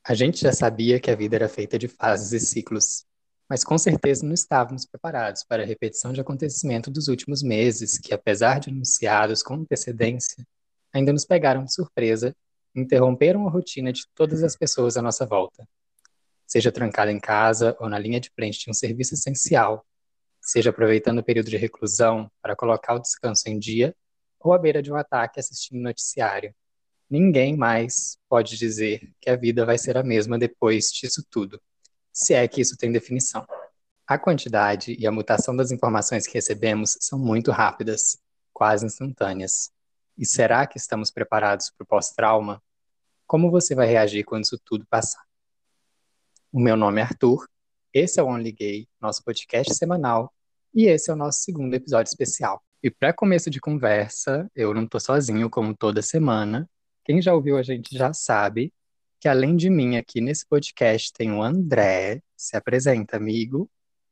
A gente já sabia que a vida era feita de fases e ciclos, mas com certeza não estávamos preparados para a repetição de acontecimentos dos últimos meses, que, apesar de anunciados com antecedência, ainda nos pegaram de surpresa e interromperam a rotina de todas as pessoas à nossa volta. Seja trancado em casa ou na linha de frente de um serviço essencial, seja aproveitando o período de reclusão para colocar o descanso em dia, ou à beira de um ataque assistindo o noticiário. Ninguém mais pode dizer que a vida vai ser a mesma depois disso tudo, se é que isso tem definição. A quantidade e a mutação das informações que recebemos são muito rápidas, quase instantâneas. E será que estamos preparados para o pós-trauma? Como você vai reagir quando isso tudo passar? O meu nome é Arthur, esse é o Only Gay, nosso podcast semanal, e esse é o nosso segundo episódio especial. E para começo de conversa, eu não estou sozinho como toda semana. Quem já ouviu a gente já sabe que além de mim aqui nesse podcast tem o André. Se apresenta, amigo.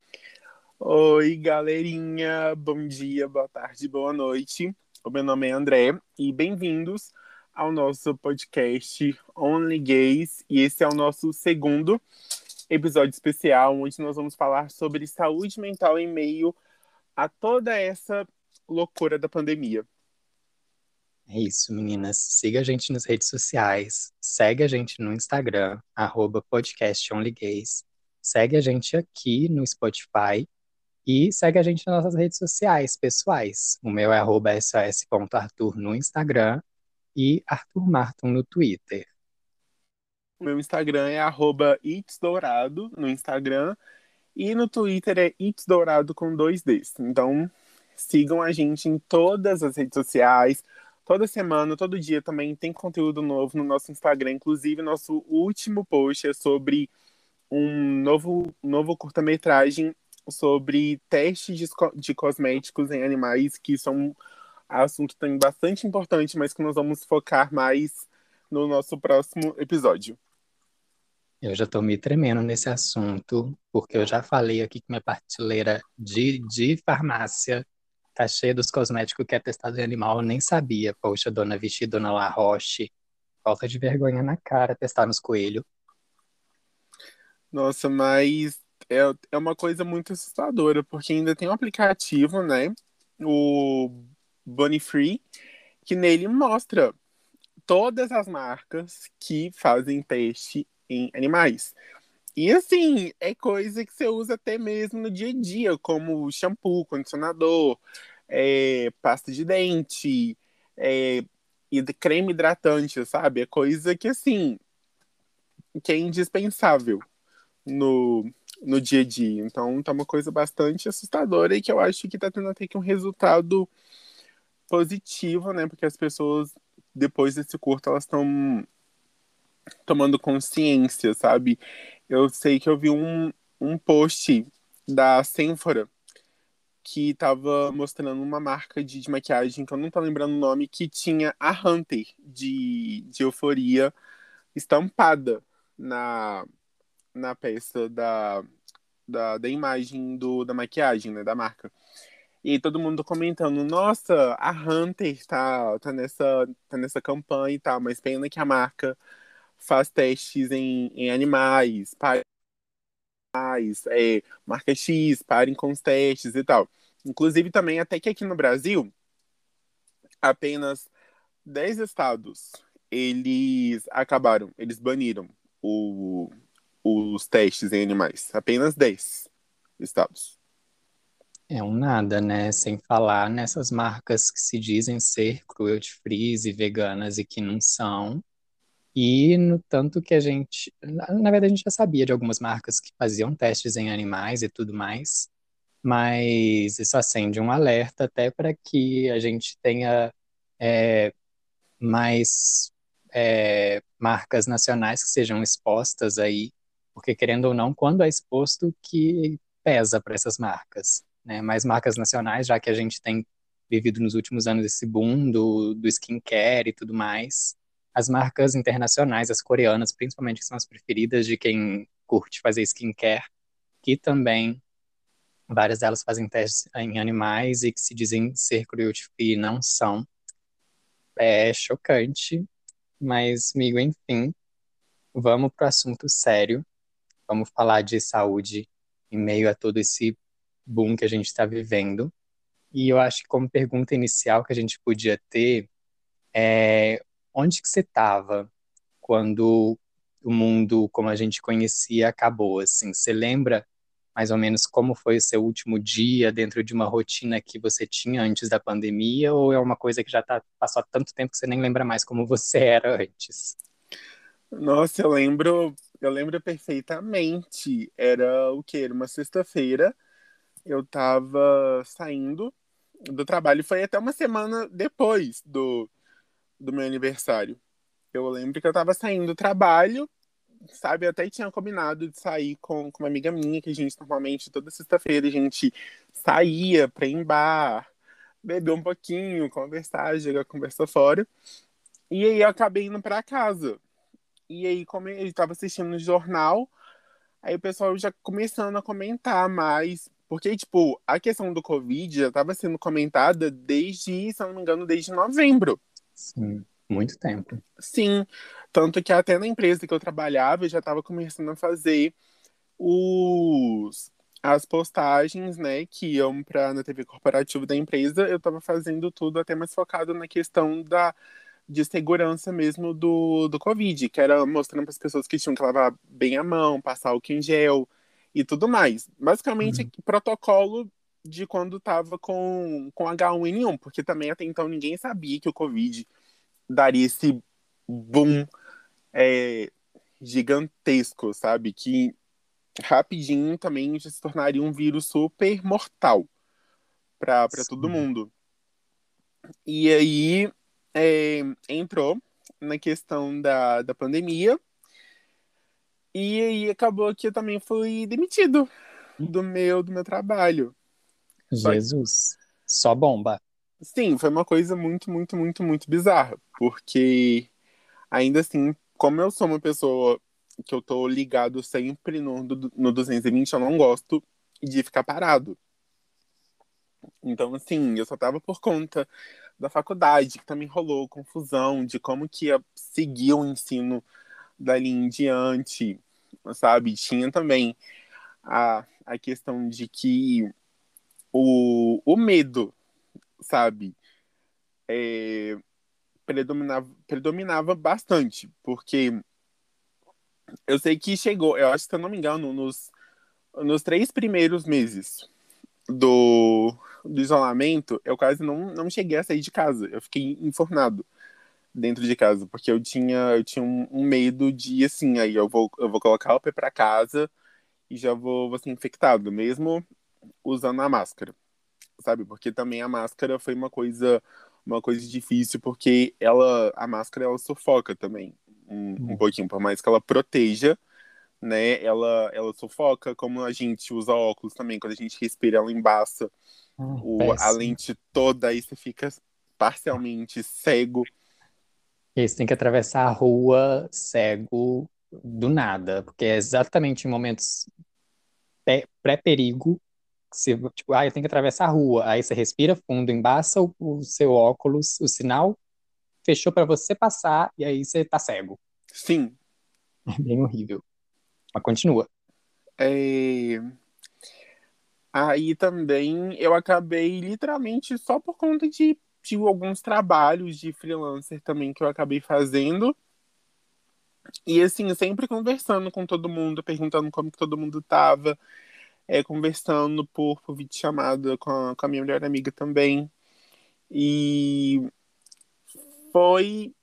Oi, galerinha. Bom dia, boa tarde, boa noite. O meu nome é André e bem-vindos ao nosso podcast Only Gays. E esse é o nosso segundo episódio especial, onde nós vamos falar sobre saúde mental em meio a toda essa loucura da pandemia. É isso, meninas. Siga a gente nas redes sociais. Segue a gente no Instagram, @podcastonlygays. Segue a gente aqui no Spotify. E segue a gente nas nossas redes sociais pessoais. O meu é @sos.arthur no Instagram e Arthur Marton no Twitter. O meu Instagram é @itsdourado no Instagram e no Twitter é itsdourado com dois Ds. Então, sigam a gente em todas as redes sociais. Toda semana, todo dia também tem conteúdo novo no nosso Instagram. Inclusive, nosso último post é sobre um novo curta-metragem sobre testes de cosméticos em animais, que são um assunto também bastante importante, mas que nós vamos focar mais no nosso próximo episódio. Eu já estou me tremendo nesse assunto, porque eu já falei aqui que minha prateleira de farmácia tá cheia dos cosméticos que é testado em animal. Eu nem sabia. Poxa, dona Vichy, dona La Roche. Falta de vergonha na cara testar nos coelhos. Nossa, mas é uma coisa muito assustadora, porque ainda tem um aplicativo, né? O Bunny Free, que nele mostra todas as marcas que fazem teste em animais. E assim, é coisa que você usa até mesmo no dia a dia, como shampoo, condicionador, pasta de dente, é, e creme hidratante, sabe? É coisa que assim, que é indispensável no, no dia a dia. Então tá uma coisa bastante assustadora e que eu acho que tá tendo até que um resultado positivo, né? Porque as pessoas, depois desse curto, elas estão tomando consciência, sabe? Eu sei que eu vi um post da Sephora que tava mostrando uma marca de maquiagem, que eu não tô lembrando o nome, que tinha a Hunter de Euforia estampada na, na peça da imagem da maquiagem, né, da marca. E aí todo mundo comentando, nossa, a Hunter tá nessa campanha e tal, mas pena que a marca faz testes em animais, marca X, parem com os testes e tal. Inclusive também, até que aqui no Brasil, apenas 10 estados, eles baniram o, os testes em animais. Apenas 10 estados. É um nada, né? Sem falar nessas marcas que se dizem ser cruelty-free e veganas e que não são. E no tanto que a gente, na verdade, a gente já sabia de algumas marcas que faziam testes em animais e tudo mais, mas isso acende um alerta até para que a gente tenha é, mais marcas nacionais que sejam expostas aí, porque querendo ou não, quando é exposto, que pesa para essas marcas, né? Mais marcas nacionais, já que a gente tem vivido nos últimos anos esse boom do skincare e tudo mais. As marcas internacionais, as coreanas, principalmente, que são as preferidas de quem curte fazer skincare, que também várias delas fazem testes em animais e que se dizem ser cruelty-free e não são. É chocante, mas, amigo, enfim. vamos para o assunto sério. Vamos falar de saúde em meio a todo esse boom que a gente está vivendo. E eu acho que como pergunta inicial que a gente podia ter é onde que você estava quando o mundo como a gente conhecia acabou, assim? Você lembra mais ou menos como foi o seu último dia dentro de uma rotina que você tinha antes da pandemia, ou é uma coisa que já passou há tanto tempo que você nem lembra mais como você era antes? Nossa, eu lembro perfeitamente. Era o quê? Era uma sexta-feira. Eu tava saindo do trabalho. Foi até uma semana depois do meu aniversário. Eu lembro que eu tava saindo do trabalho, sabe? Eu até tinha combinado de sair com uma amiga minha, que a gente normalmente, toda sexta-feira, a gente saía pra ir em bar, beber um pouquinho, conversar, jogar conversa fora. E aí eu acabei indo pra casa. E aí, como eu tava assistindo o jornal, aí o pessoal já começando a comentar mais. Porque, tipo, a questão do Covid já estava sendo comentada desde, se eu não me engano, desde novembro. Sim, muito tempo. Sim, tanto que até na empresa que eu trabalhava, eu já estava começando a fazer as postagens, né, que iam para na TV corporativa da empresa. Eu estava fazendo tudo até mais focado na questão de segurança mesmo do Covid, que era mostrando para as pessoas que tinham que lavar bem a mão, passar álcool em gel e tudo mais. Basicamente, Uhum. protocolo de quando estava com H1N1, porque também até então ninguém sabia que o Covid daria esse boom é, gigantesco, sabe? Que rapidinho também já se tornaria um vírus super mortal para todo Sim. mundo. E aí entrou na questão da pandemia, e aí acabou que eu também fui demitido do meu trabalho. Só que, Jesus, só bomba. sim, foi uma coisa muito, muito, muito, muito bizarra, porque ainda assim, como eu sou uma pessoa que eu tô ligado sempre no 220, eu não gosto de ficar parado. Então, assim, eu só tava por conta da faculdade, que também rolou confusão de como que ia seguir o ensino dali em diante, sabe? Tinha também a questão de que o medo, sabe? É, predominava bastante, porque eu sei que chegou, eu acho que, se eu não me engano, nos 3 primeiros meses do isolamento, eu quase não cheguei a sair de casa. Eu fiquei enfornado dentro de casa, porque eu tinha um medo de, assim, aí eu vou colocar o pé pra casa e já vou ser infectado, mesmo usando a máscara, sabe? Porque também a máscara foi uma coisa difícil, porque a máscara, ela sufoca também um Hum. pouquinho, por mais que ela proteja, né? Ela sufoca, como a gente usa óculos também, quando a gente respira, ela embaça a Péssimo. lente toda, aí você fica parcialmente cego. E aí você tem que atravessar a rua cego do nada, porque é exatamente em momentos pré-perigo que você, tipo, eu tenho que atravessar a rua. Aí você respira fundo, embaça o seu óculos, o sinal fechou para você passar e aí você tá cego. Sim, É bem horrível. Mas continua. é... aí também eu acabei literalmente só por conta de alguns trabalhos de freelancer também que eu acabei fazendo. E assim, sempre conversando com todo mundo, perguntando como que todo mundo tava, conversando por videochamada com a minha melhor amiga também. E foi,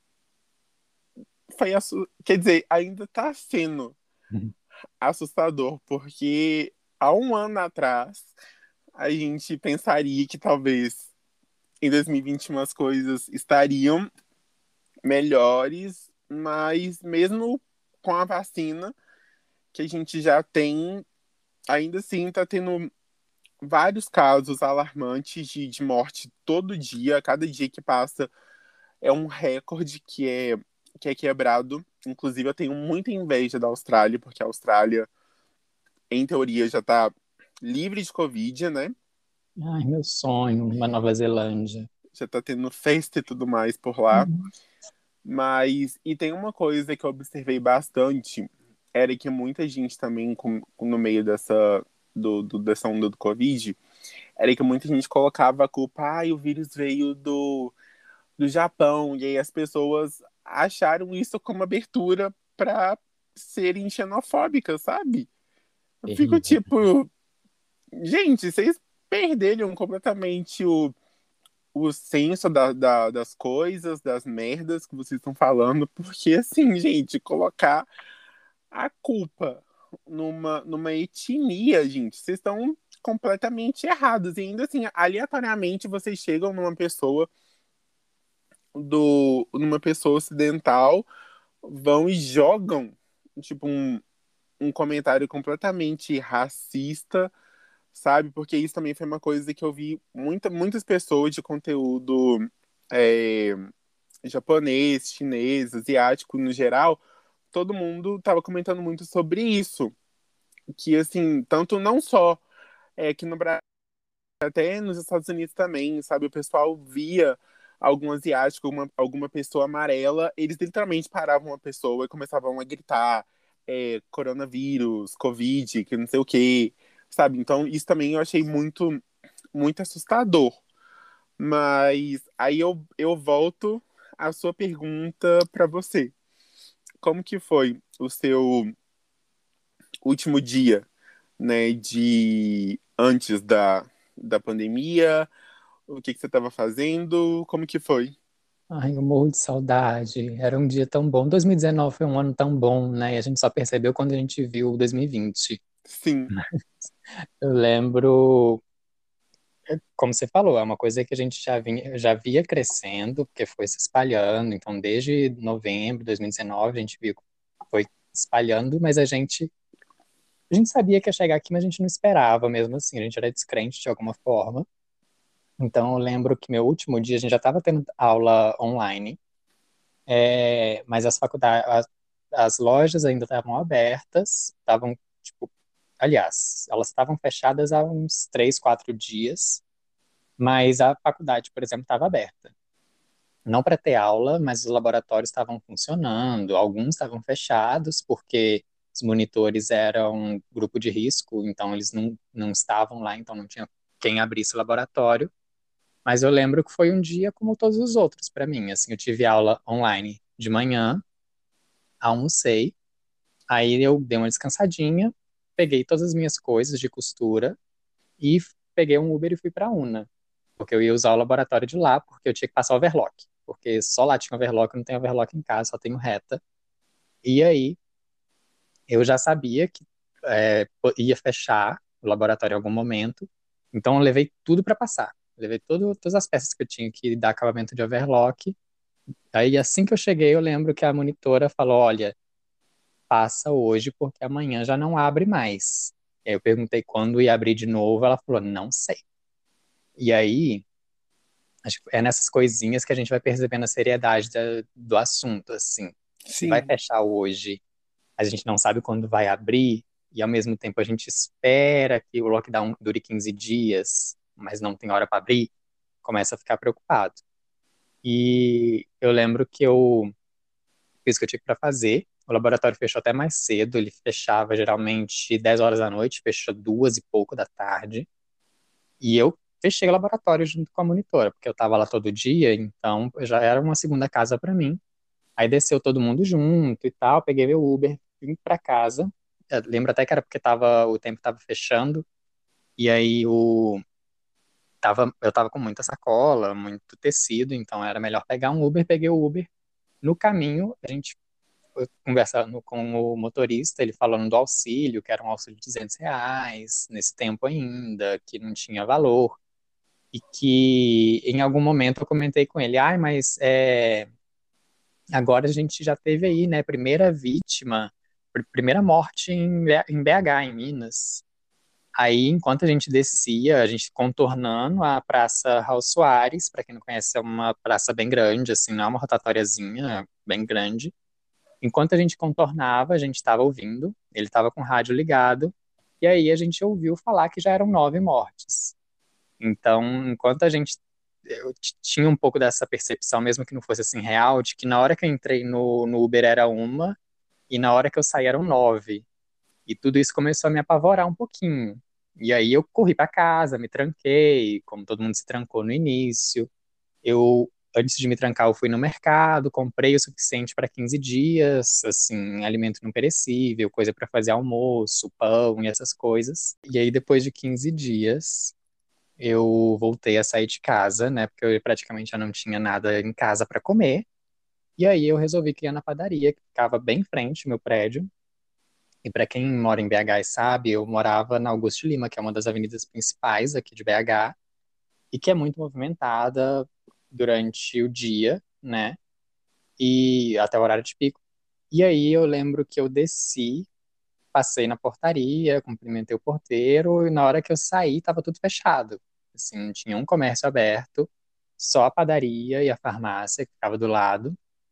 quer dizer, ainda tá sendo assustador, porque há um ano atrás a gente pensaria que talvez em 2021 as coisas estariam melhores, mas mesmo com a vacina que a gente já tem, ainda assim está tendo vários casos alarmantes de morte todo dia. Cada dia que passa é um recorde que é quebrado. Inclusive, eu tenho muita inveja da Austrália, porque a Austrália, em teoria, já está livre de Covid, né? Ai, meu sonho, uma Nova Zelândia. Já está tendo festa e tudo mais por lá. Uhum. Mas, e tem uma coisa que eu observei bastante, era que muita gente também, no meio dessa onda do Covid, era que muita gente colocava a culpa, o vírus veio do Japão, e aí as pessoas acharam isso como abertura para serem xenofóbicas, sabe? Eu fico Terrível. tipo, gente, vocês perderam completamente o senso das coisas, das merdas que vocês estão falando, porque assim, gente, colocar a culpa numa etnia, gente, vocês estão completamente errados. E ainda assim, aleatoriamente, vocês chegam numa pessoa ocidental, vão e jogam, tipo, um comentário completamente racista, sabe? Porque isso também foi uma coisa que eu vi muitas pessoas de conteúdo é, japonês, chinês, asiático no geral, todo mundo tava comentando muito sobre isso. Que, assim, tanto não só que no Brasil, até nos Estados Unidos também, sabe? O pessoal via algum asiático, alguma pessoa amarela, eles literalmente paravam uma pessoa e começavam a gritar coronavírus, covid, que não sei o quê, sabe? Então, isso também eu achei muito assustador. Mas aí eu volto à sua pergunta para você. Como que foi o seu último dia, né, de antes da pandemia? O que você estava fazendo? Como que foi? Ai, eu morro de saudade. Era um dia tão bom. 2019 foi um ano tão bom, né? E a gente só percebeu quando a gente viu 2020. Sim, Eu lembro, como você falou, é uma coisa que a gente já via crescendo, porque foi se espalhando. Então, desde novembro de 2019, a gente viu que foi espalhando, mas a gente sabia que ia chegar aqui, mas a gente não esperava mesmo assim. A gente era descrente de alguma forma. Então, eu lembro que meu último dia, a gente já estava tendo aula online. Mas as faculdades, as lojas ainda estavam abertas, estavam, tipo, aliás, elas estavam fechadas há uns 3, 4 dias, mas a faculdade, por exemplo, estava aberta. Não para ter aula, mas os laboratórios estavam funcionando, alguns estavam fechados, porque os monitores eram grupo de risco, então eles não estavam lá, então não tinha quem abrisse o laboratório. Mas eu lembro que foi um dia como todos os outros para mim. Assim, eu tive aula online de manhã, almocei, aí eu dei uma descansadinha, peguei todas as minhas coisas de costura e peguei um Uber e fui para Una, porque eu ia usar o laboratório de lá, porque eu tinha que passar overlock, porque só lá tinha overlock, eu não tenho overlock em casa, só tenho reta. E aí eu já sabia que ia fechar o laboratório em algum momento, então eu levei tudo para passar. Levei todas as peças que eu tinha que dar acabamento de overlock. Aí assim que eu cheguei, eu lembro que a monitora falou: olha, passa hoje porque amanhã já não abre mais. E aí eu perguntei quando ia abrir de novo, ela falou, não sei. E aí, acho que é nessas coisinhas que a gente vai percebendo a seriedade do assunto, assim. Se vai sim, fechar hoje, a gente não sabe quando vai abrir, e ao mesmo tempo a gente espera que o lockdown dure 15 dias, mas não tem hora para abrir, começa a ficar preocupado. E eu lembro que eu fiz o que eu tinha para fazer. O laboratório fechou até mais cedo, ele fechava geralmente 10 horas da noite, fechou 2 e pouco da tarde. E eu fechei o laboratório junto com a monitora, porque eu estava lá todo dia, então já era uma segunda casa para mim. Aí desceu todo mundo junto e tal, peguei meu Uber, vim para casa. Eu lembro até que era porque o tempo estava fechando, e aí eu tava com muita sacola, muito tecido, então era melhor pegar um Uber, peguei o Uber. No caminho, a gente conversando com o motorista, ele falando do auxílio, que era um auxílio de R$ 200 nesse tempo ainda, que não tinha valor, e que em algum momento eu comentei com ele, mas agora a gente já teve aí, né, primeira vítima, primeira morte em BH, em Minas. Aí, enquanto a gente descia, a gente contornando a Praça Raul Soares, para quem não conhece, é uma praça bem grande, assim, não é uma rotatóriazinha, bem grande. Enquanto a gente contornava, a gente estava ouvindo, ele estava com o rádio ligado, e aí a gente ouviu falar que já eram 9 mortes. Então, enquanto a gente eu tinha um pouco dessa percepção, mesmo que não fosse assim real, de que na hora que eu entrei no Uber era uma e na hora que eu saí eram nove. E tudo isso começou a me apavorar um pouquinho. E aí eu corri para casa, me tranquei, como todo mundo se trancou no início. Eu, antes de me trancar, eu fui no mercado, comprei o suficiente para 15 dias, assim, alimento não perecível, coisa para fazer almoço, pão e essas coisas. E aí, depois de 15 dias, eu voltei a sair de casa, né? Porque eu praticamente já não tinha nada em casa para comer. E aí eu resolvi que ia na padaria, que ficava bem em frente ao meu prédio. E para quem mora em BH e sabe, eu morava na Augusto Lima, que é uma das avenidas principais aqui de BH, e que é muito movimentada durante o dia, né? E até o horário de pico. E aí eu lembro que eu desci, passei na portaria, cumprimentei o porteiro, e na hora que eu saí, tava tudo fechado. Assim, tinha um comércio aberto, só a padaria e a farmácia que ficava do lado.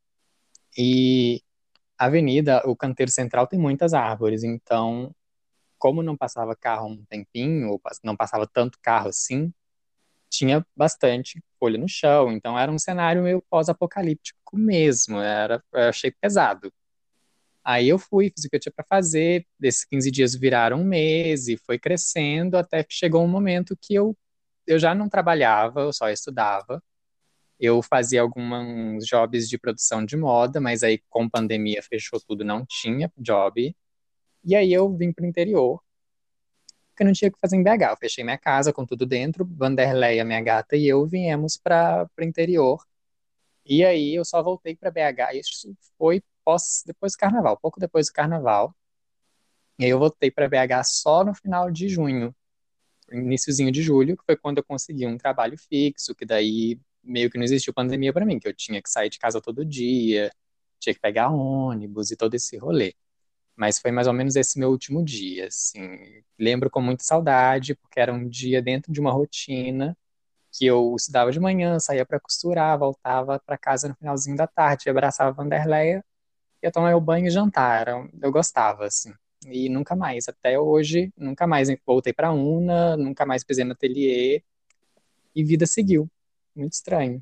E a avenida, o canteiro central tem muitas árvores, então, como não passava carro há um tempinho, ou não passava tanto carro assim, tinha bastante folha no chão, então era um cenário meio pós-apocalíptico mesmo, eu achei pesado. Aí eu fui, fiz o que eu tinha para fazer, desses 15 dias viraram um mês e foi crescendo até que chegou um momento que eu já não trabalhava, eu só estudava. Eu fazia alguns jobs de produção de moda, mas aí com pandemia fechou tudo, não tinha job. E aí eu vim para o interior, porque eu não tinha o que fazer em BH. Eu fechei minha casa com tudo dentro, Vanderleia, minha gata e eu viemos para o interior. E aí eu só voltei para BH, isso foi depois do carnaval, pouco depois do carnaval. E aí eu voltei para BH só no final de junho, iniciozinho de julho, que foi quando eu consegui um trabalho fixo, que daí meio que não existiu pandemia para mim, que eu tinha que sair de casa todo dia, tinha que pegar ônibus e todo esse rolê. Mas foi mais ou menos esse meu último dia, assim. Lembro com muita saudade, porque era um dia dentro de uma rotina que eu estudava de manhã, saía para costurar, voltava para casa no finalzinho da tarde, abraçava a Vanderleia, ia tomar meu banho e jantar. Eu gostava, assim. E nunca mais, até hoje, nunca mais voltei para Una, nunca mais pisei no ateliê e vida seguiu. Muito estranho.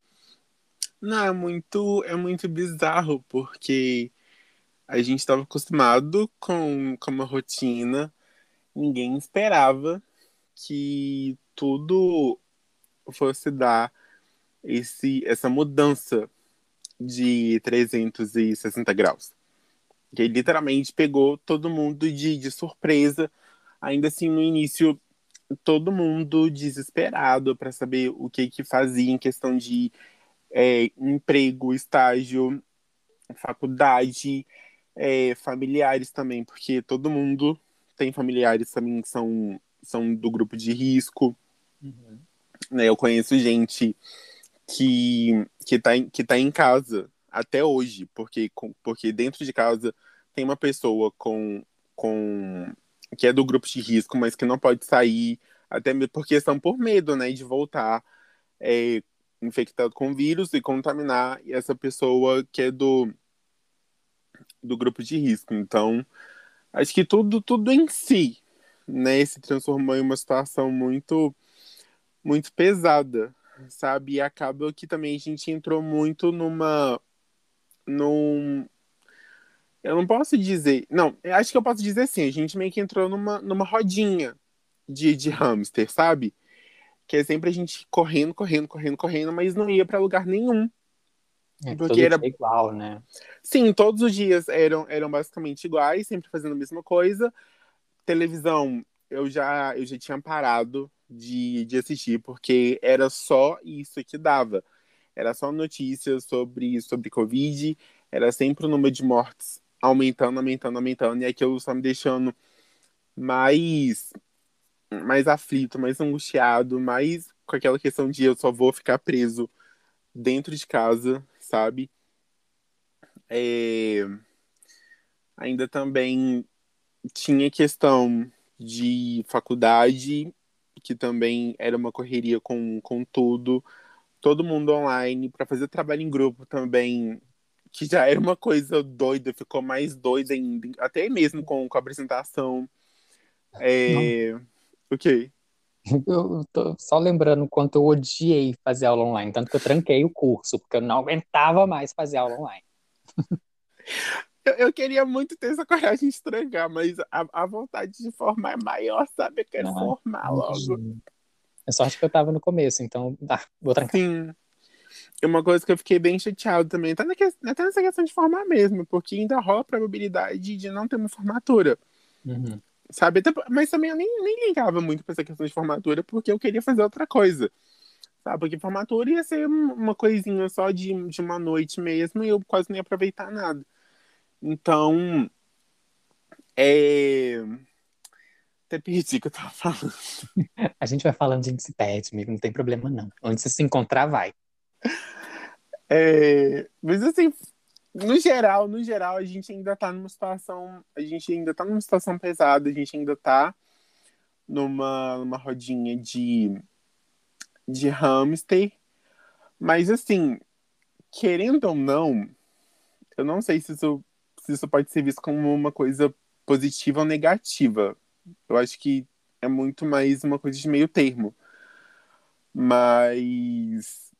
Não, é muito bizarro, porque a gente estava acostumado com uma rotina, ninguém esperava que tudo fosse dar essa mudança de 360 graus. Que literalmente pegou todo mundo de surpresa. Ainda assim, no início, todo mundo desesperado para saber o que que fazia em questão de emprego, estágio, faculdade, familiares também, porque todo mundo tem familiares também que são do grupo de risco, Uhum. né? Eu conheço gente que tá em casa até hoje, porque dentro de casa tem uma pessoa com que é do grupo de risco, mas que não pode sair, até mesmo porque estão por medo, né, de voltar é, infectado com vírus e contaminar essa pessoa que é do grupo de risco. Então, acho que tudo em si, né, se transformou em uma situação muito pesada, sabe? E acaba que também a gente entrou muito num, eu não posso dizer, não, eu acho que eu posso dizer assim, a gente meio que entrou numa rodinha de hamster, sabe? Que é sempre a gente correndo, correndo, correndo, correndo, mas não ia pra lugar nenhum. É, Porque todo dia era, é igual, né? sim, todos os dias eram basicamente iguais, sempre fazendo a mesma coisa. Televisão, eu já tinha parado de assistir, porque era só isso que dava. Era só notícias sobre Covid, era sempre o número de mortes aumentando, aumentando, aumentando, e aquilo só me deixando mais, mais aflito, mais angustiado, mais com aquela questão de eu só vou ficar preso dentro de casa, sabe? É, ainda também tinha questão de faculdade, que também era uma correria com tudo. Todo mundo online, para fazer trabalho em grupo também, que já era uma coisa doida, ficou mais doida ainda, até mesmo com a apresentação. Não, É... O quê? Eu tô só lembrando o quanto eu odiei fazer aula online, tanto que eu tranquei o curso, porque eu não aguentava mais fazer aula online. Eu queria muito ter essa coragem de trancar, mas a vontade de formar é maior, sabe? Eu quero Ai, formar logo. imagina. É sorte que eu tava no começo, então, vou trancar. Sim. E uma coisa que eu fiquei bem chateado também, até nessa questão de formar mesmo, porque ainda rola a probabilidade de não ter uma formatura, Uhum. sabe? Mas também eu nem ligava muito pra essa questão de formatura, porque eu queria fazer outra coisa, sabe? Porque formatura ia ser uma coisinha só de uma noite mesmo e eu quase nem ia aproveitar nada. Então, é. Até perdi o que eu tava falando. A gente vai falando, a gente se perde, amigo, não tem problema não. Onde você se encontrar, vai. Mas assim, no geral, a gente ainda tá numa situação. A gente ainda tá numa situação pesada, a gente ainda tá numa rodinha de hamster. Mas assim, querendo ou não, eu não sei se isso pode ser visto como uma coisa positiva ou negativa. Eu acho que é muito mais uma coisa de meio termo. Mas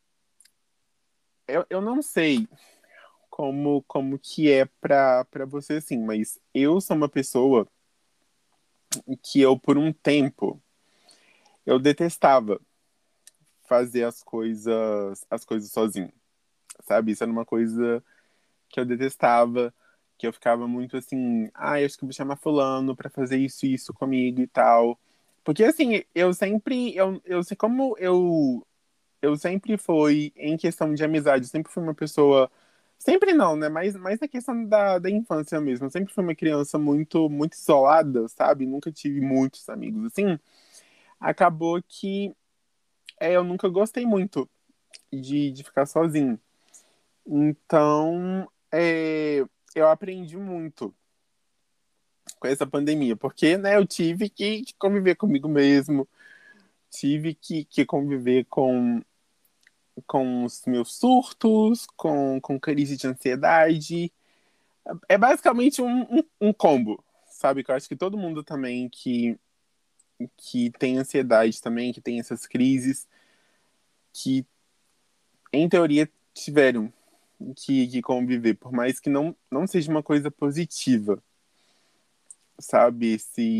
eu não sei como que é pra você, assim, mas eu sou uma pessoa que eu, por um tempo, eu detestava fazer as coisas sozinho, sabe? Isso era uma coisa que eu detestava, que eu ficava muito assim, acho que eu vou chamar fulano pra fazer isso e isso comigo e tal. Porque assim, eu sei como eu sempre fui, em questão de amizade, eu sempre fui uma pessoa. Sempre não, né? Mas na questão da infância mesmo. Eu sempre fui uma criança muito, muito isolada, sabe? Nunca tive muitos amigos assim. Acabou que eu nunca gostei muito de ficar sozinho. Então, eu aprendi muito com essa pandemia, porque, né, eu tive que conviver comigo mesmo, tive que conviver com os meus surtos, com crise de ansiedade. É basicamente um combo, sabe? Que eu acho que todo mundo também que tem ansiedade também, que tem essas crises, que em teoria tiveram que conviver, por mais que não seja uma coisa positiva, sabe?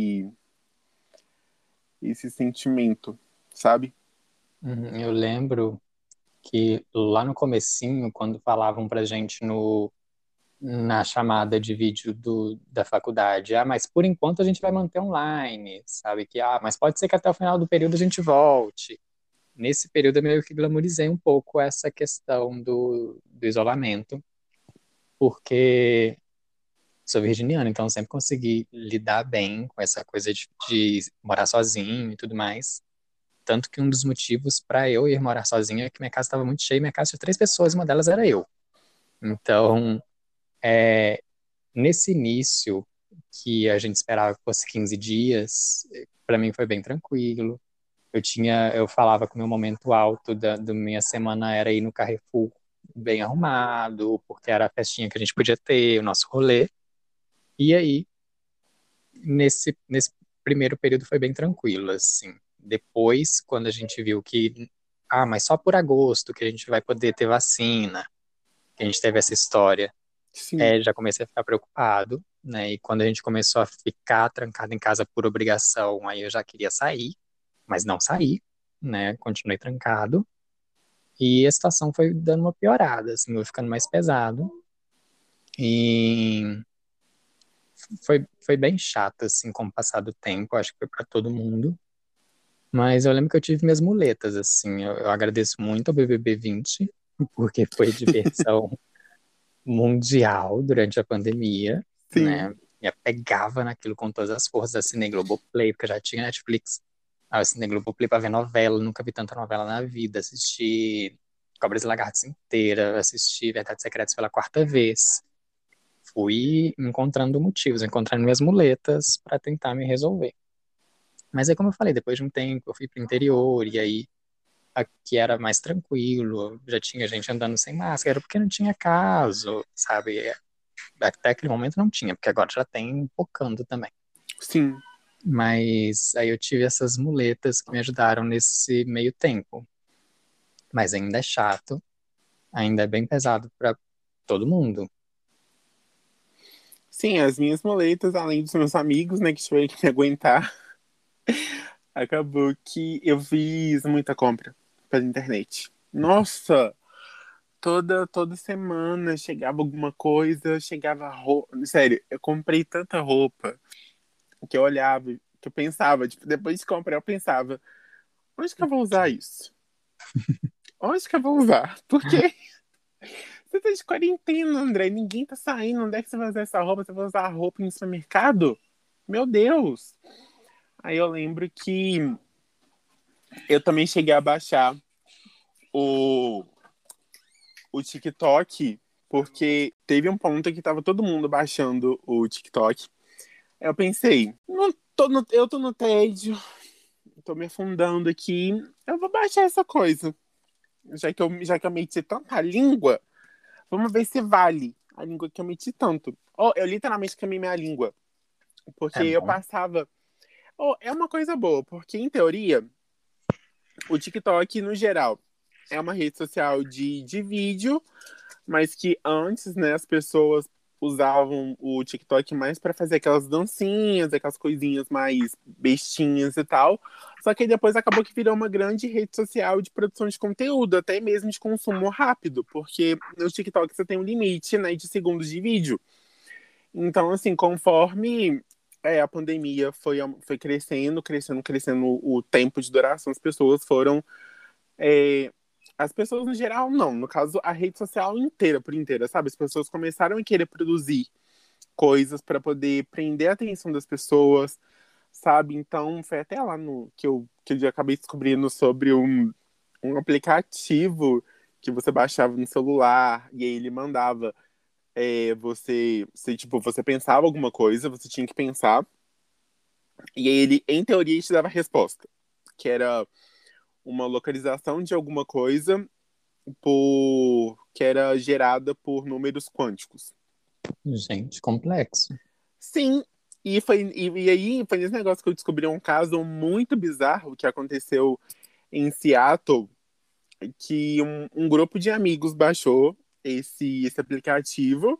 Esse sentimento, sabe? Uhum. Eu lembro que lá no comecinho, quando falavam pra gente na chamada de vídeo da faculdade, mas por enquanto a gente vai manter online, sabe? Mas pode ser que até o final do período a gente volte. Nesse período eu meio que glamorizei um pouco essa questão do isolamento, porque sou virginiano, então sempre consegui lidar bem com essa coisa de morar sozinho e tudo mais. Tanto que um dos motivos para eu ir morar sozinho é que minha casa estava muito cheia, minha casa tinha 3 pessoas, uma delas era eu. Então, nesse início, que a gente esperava que fosse 15 dias, para mim foi bem tranquilo. Eu falava que o meu momento alto da minha semana era ir no Carrefour bem arrumado, porque era a festinha que a gente podia ter, o nosso rolê. E aí, nesse primeiro período foi bem tranquilo, assim. Depois, quando a gente viu que, mas só por agosto que a gente vai poder ter vacina, que a gente teve essa história, Sim, já comecei a ficar preocupado, né? E quando a gente começou a ficar trancado em casa por obrigação, aí eu já queria sair, mas não saí, né? Continuei trancado. E a situação foi dando uma piorada, assim, foi ficando mais pesado. E foi bem chato, assim, com o passar do tempo, acho que foi para todo mundo. Mas eu lembro que eu tive minhas muletas, assim. Eu agradeço muito ao BBB 20, porque foi diversão mundial durante a pandemia, sim. né? Me apegava naquilo com todas as forças. Assinei Globoplay, porque eu já tinha Netflix. Aí eu assinei Globoplay pra ver novela, nunca vi tanta novela na vida. Assisti Cobras e Lagartos inteira, assisti Verdades Secretas pela quarta vez. Fui encontrando motivos, encontrando minhas muletas para tentar me resolver. Mas aí, como eu falei, depois de um tempo eu fui pro interior e aí aqui era mais tranquilo, já tinha gente andando sem máscara, porque não tinha caso, sabe? Até aquele momento não tinha, porque agora já tem focando também. Sim. Mas aí eu tive essas muletas que me ajudaram nesse meio tempo. Mas ainda é chato, ainda é bem pesado para todo mundo. Sim, as minhas moletas, além dos meus amigos, né, que tiveram que me aguentar, acabou que eu fiz muita compra pela internet. Nossa, toda semana chegava alguma coisa, chegava roupa. Sério, eu comprei tanta roupa que eu olhava, que eu pensava, tipo, depois de comprar, eu pensava, onde que eu vou usar isso? Onde que eu vou usar? Porque você tá de quarentena, André, ninguém tá saindo. Onde é que você vai usar essa roupa? Você vai usar a roupa no supermercado? Meu Deus! Aí eu lembro que eu também cheguei a baixar o, o TikTok, porque teve um ponto que tava todo mundo baixando o TikTok. Aí eu pensei, eu tô no tédio, tô me afundando aqui, eu vou baixar essa coisa. Já que eu meti tanta língua, vamos ver se vale a língua que eu meti tanto. Oh, eu literalmente queimei minha língua, porque É eu bom. passava. Oh, é uma coisa boa, porque em teoria, o TikTok, no geral, é uma rede social de vídeo, mas que antes, né, as pessoas usavam o TikTok mais para fazer aquelas dancinhas, aquelas coisinhas mais bestinhas e tal. Só que aí depois acabou que virou uma grande rede social de produção de conteúdo, até mesmo de consumo rápido, porque no TikTok você tem um limite, né, de segundos de vídeo. Então, assim, conforme a pandemia foi crescendo o tempo de duração, as pessoas foram é, as pessoas no geral, não. No caso, a rede social inteira, por inteira, sabe? As pessoas começaram a querer produzir coisas para poder prender a atenção das pessoas, sabe? Então, foi até lá no que eu acabei descobrindo sobre um aplicativo que você baixava no celular e aí ele mandava tipo, você pensava alguma coisa, você tinha que pensar, e aí ele, em teoria, te dava a resposta, que era uma localização de alguma coisa que era gerada por números quânticos. Gente, complexo. Sim, e aí foi nesse negócio que eu descobri um caso muito bizarro que aconteceu em Seattle, que um grupo de amigos baixou esse aplicativo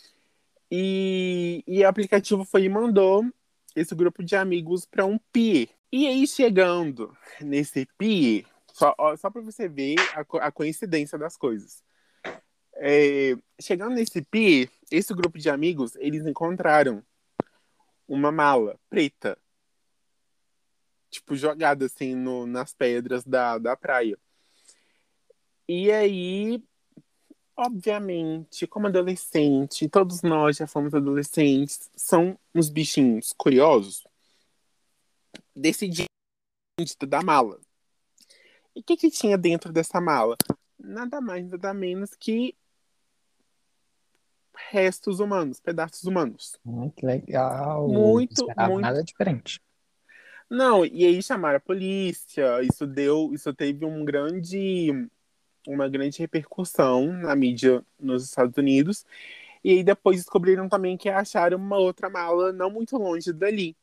e o aplicativo foi e mandou esse grupo de amigos para um pier. E aí, chegando nesse pier, só para você ver a coincidência das coisas. Chegando nesse pier, esse grupo de amigos, eles encontraram uma mala preta, tipo, jogada assim nas pedras da praia. E aí, obviamente, como adolescente, todos nós já fomos adolescentes, são uns bichinhos curiosos, decidiram da mala. E o que que tinha dentro dessa mala? Nada mais, nada menos que restos humanos, pedaços humanos. Que legal. Não Muito, esperava muito. nada diferente. Não, e aí chamaram a polícia, isso teve uma grande repercussão na mídia nos Estados Unidos. E aí depois descobriram também que acharam uma outra mala não muito longe dali.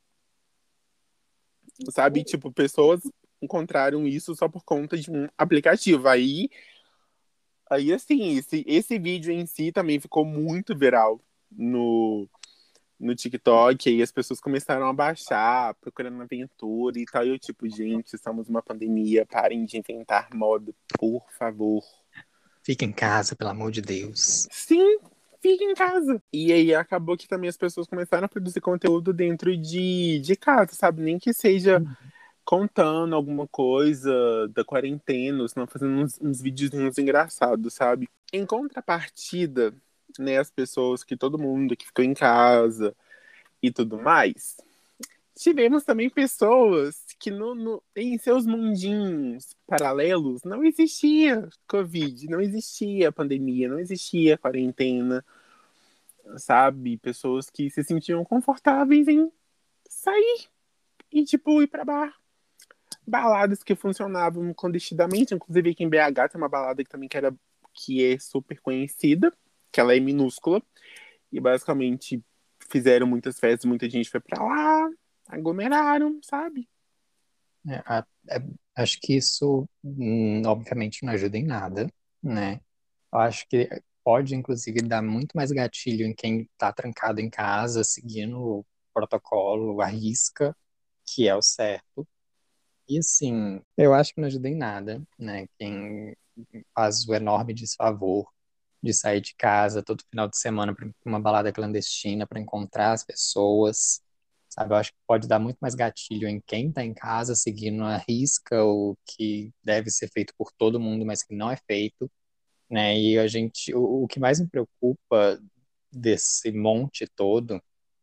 Sabe? Tipo, pessoas encontraram isso só por conta de um aplicativo. Aí assim, esse vídeo em si também ficou muito viral no TikTok, aí as pessoas começaram a baixar, procurando aventura e tal. E eu, tipo, gente, estamos numa pandemia, parem de inventar moda, por favor. Fica em casa, pelo amor de Deus. Sim, fique em casa. E aí acabou que também as pessoas começaram a produzir conteúdo dentro de casa, sabe? Nem que seja contando alguma coisa da quarentena, ou senão fazendo uns videozinhos engraçados, sabe? Em contrapartida, né, as pessoas que todo mundo que ficou em casa e tudo mais, tivemos também pessoas que em seus mundinhos paralelos não existia Covid, não existia pandemia, não existia quarentena, sabe? Pessoas que se sentiam confortáveis em sair e, tipo, ir pra bar. Baladas que funcionavam clandestinamente, inclusive aqui em BH tem uma balada que também que é super conhecida, que ela é minúscula, e basicamente fizeram muitas festas, muita gente foi pra lá, aglomeraram, sabe? É, acho que isso, obviamente, não ajuda em nada, né? Eu acho que pode, inclusive, dar muito mais gatilho em quem está trancado em casa, seguindo o protocolo, a risca, que é o certo. E, assim, eu acho que não ajuda em nada, né? Quem faz o enorme desfavor de sair de casa todo final de semana para uma balada clandestina para encontrar as pessoas, sabe? Eu acho que pode dar muito mais gatilho em quem está em casa seguindo a risca o que deve ser feito por todo mundo, mas que não é feito, né? E a gente, o que mais me preocupa desse monte todo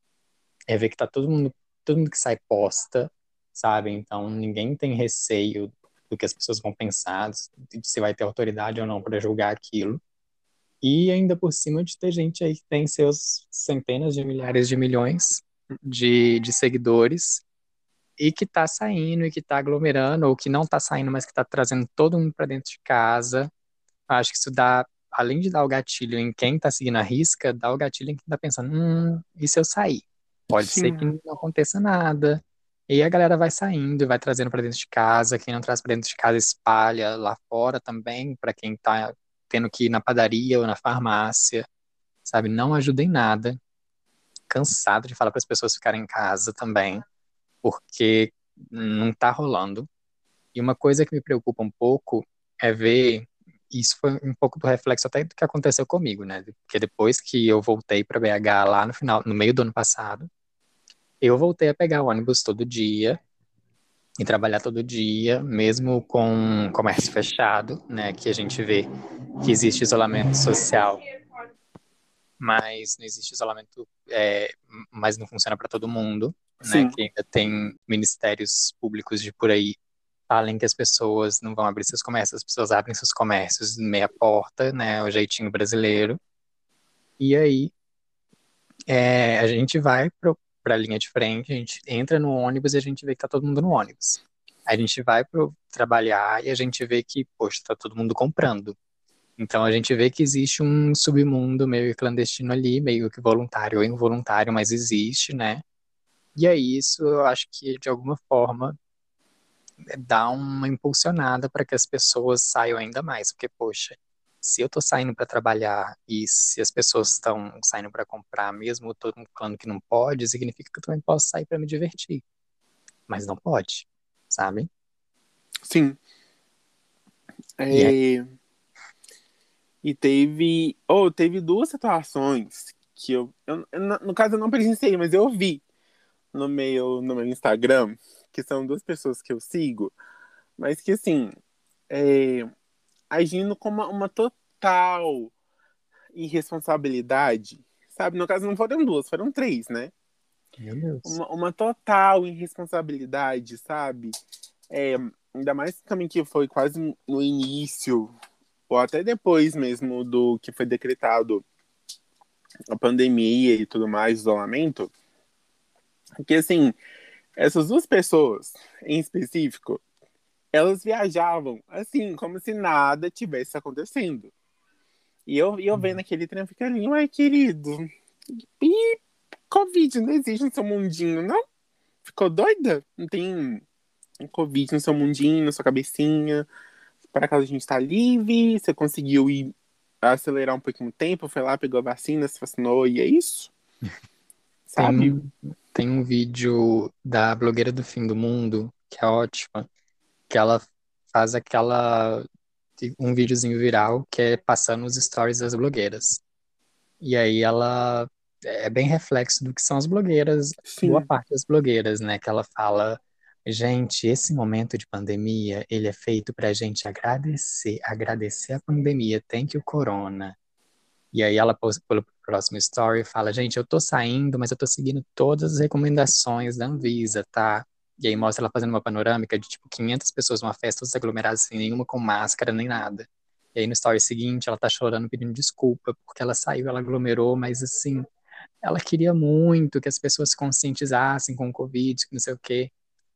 é ver que tá todo mundo que sai posta, sabe? Então ninguém tem receio do que as pessoas vão pensar, de se vai ter autoridade ou não para julgar aquilo. E ainda por cima de ter gente aí que tem seus centenas de milhares de milhões de seguidores e que tá saindo e que tá aglomerando, ou que não tá saindo, mas que tá trazendo todo mundo para dentro de casa. Acho que isso dá, além de dar o gatilho em quem tá seguindo a risca, dá o gatilho em quem tá pensando, e se eu sair? Pode ser que Sim, não aconteça nada. E aí a galera vai saindo e vai trazendo para dentro de casa. Quem não traz para dentro de casa espalha lá fora também, para quem tá tendo que ir na padaria ou na farmácia, sabe? Não ajuda em nada. Cansado de falar para as pessoas ficarem em casa também, porque não tá rolando. E uma coisa que me preocupa um pouco é ver, isso foi um pouco do reflexo até do que aconteceu comigo, né? Porque depois que eu voltei para BH lá no final, no meio do ano passado, eu voltei a pegar o ônibus todo dia e trabalhar todo dia, mesmo com comércio fechado, né? Que a gente vê que existe isolamento social, mas não existe isolamento, mas não funciona para todo mundo, né? sim, Que ainda tem ministérios públicos de por aí falem que as pessoas não vão abrir seus comércios, as pessoas abrem seus comércios meia porta, né? O jeitinho brasileiro. E aí a gente vai para a linha de frente, a gente entra no ônibus e a gente vê que tá todo mundo no ônibus. Aí a gente vai para trabalhar e a gente vê que, poxa, tá todo mundo comprando. Então a gente vê que existe um submundo meio clandestino ali, meio que voluntário ou involuntário, mas existe, né? E aí isso eu acho que de alguma forma dá uma impulsionada para que as pessoas saiam ainda mais, porque poxa, se eu tô saindo para trabalhar e se as pessoas estão saindo para comprar, mesmo todo mundo falando que não pode, significa que eu também posso sair para me divertir, mas não pode, sabe? sim. E é, É, e teve duas situações que no caso eu não presenciei, mas eu vi no meu Instagram, que são duas pessoas que eu sigo, mas que assim, é, agindo com uma total irresponsabilidade, sabe? No caso não foram duas, foram três, né? meu Deus. Uma total irresponsabilidade, sabe? É, ainda mais também que foi quase no início, ou até depois mesmo do que foi decretado a pandemia e tudo mais, isolamento, que assim, essas duas pessoas em específico, elas viajavam assim, como se nada tivesse acontecendo. E eu vendo aquele trem, fica ali, ué, querido, e Covid não existe no seu mundinho, não? Ficou doida? Não tem Covid no seu mundinho, na sua cabecinha? Por acaso a gente tá livre? Você conseguiu ir acelerar um pouquinho o tempo? Foi lá, pegou a vacina, se vacinou e é isso? Tem Sabe? um, tem um vídeo da blogueira do fim do mundo, que é ótima, que ela faz um videozinho viral que é passando os stories das blogueiras. E aí ela é bem reflexo do que são as blogueiras, boa Sim, parte das blogueiras, né? Que ela fala, gente, esse momento de pandemia, ele é feito pra gente agradecer a pandemia, tem que o corona. E aí ela posta pelo próximo story e fala, gente, eu tô saindo, mas eu tô seguindo todas as recomendações da Anvisa, tá? E aí mostra ela fazendo uma panorâmica de tipo 500 pessoas numa festa, todas aglomeradas, sem nenhuma com máscara nem nada. E aí no story seguinte ela tá chorando, pedindo desculpa, porque ela saiu, ela aglomerou, mas assim, ela queria muito que as pessoas se conscientizassem com o Covid, que não sei o quê.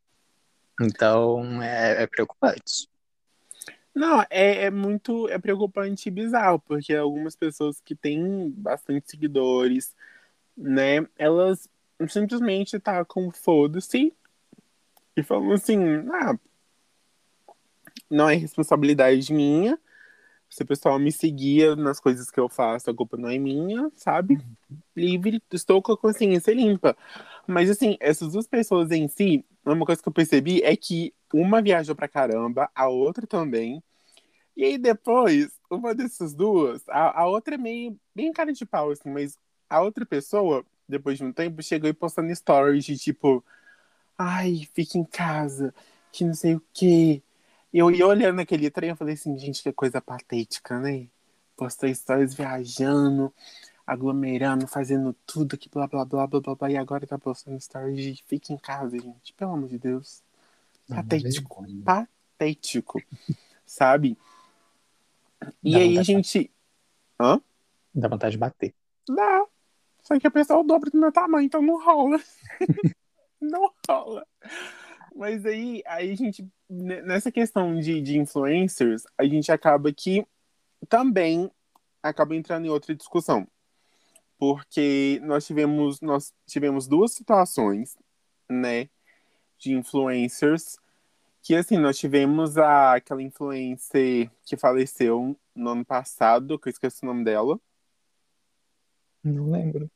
Então é preocupante. não, é preocupante e bizarro, porque algumas pessoas que têm bastante seguidores, né, elas simplesmente tá com foda-se e falando assim, ah, não é responsabilidade minha. Se o pessoal me seguia nas coisas que eu faço, a culpa não é minha, sabe? Livre, estou com a consciência limpa. Mas assim, essas duas pessoas em si, uma coisa que eu percebi é que uma viajou pra caramba, a outra também. E aí depois, uma dessas duas, a outra é meio bem cara de pau, assim, mas a outra pessoa, depois de um tempo, chegou e postando stories de tipo, ai, fica em casa, que não sei o quê. Eu ia olhando aquele trem, eu falei assim, gente, que coisa patética, né? Postou stories viajando, aglomerando, fazendo tudo que blá blá blá blá blá blá, e agora tá postando stories de fica em casa, gente. Pelo amor de Deus. É uma Patético. vergonha. Patético. Sabe? E Dá aí a vontade, gente. Hã? dá vontade de bater. Dá. Só que a pessoa é o dobro do meu tamanho, então não rola. Não rola. Mas aí a gente, nessa questão de influencers, a gente acaba que também acaba entrando em outra discussão. Porque nós tivemos duas situações, né, de influencers, que assim, nós tivemos aquela influencer que faleceu no ano passado, que eu esqueci o nome dela, Não lembro.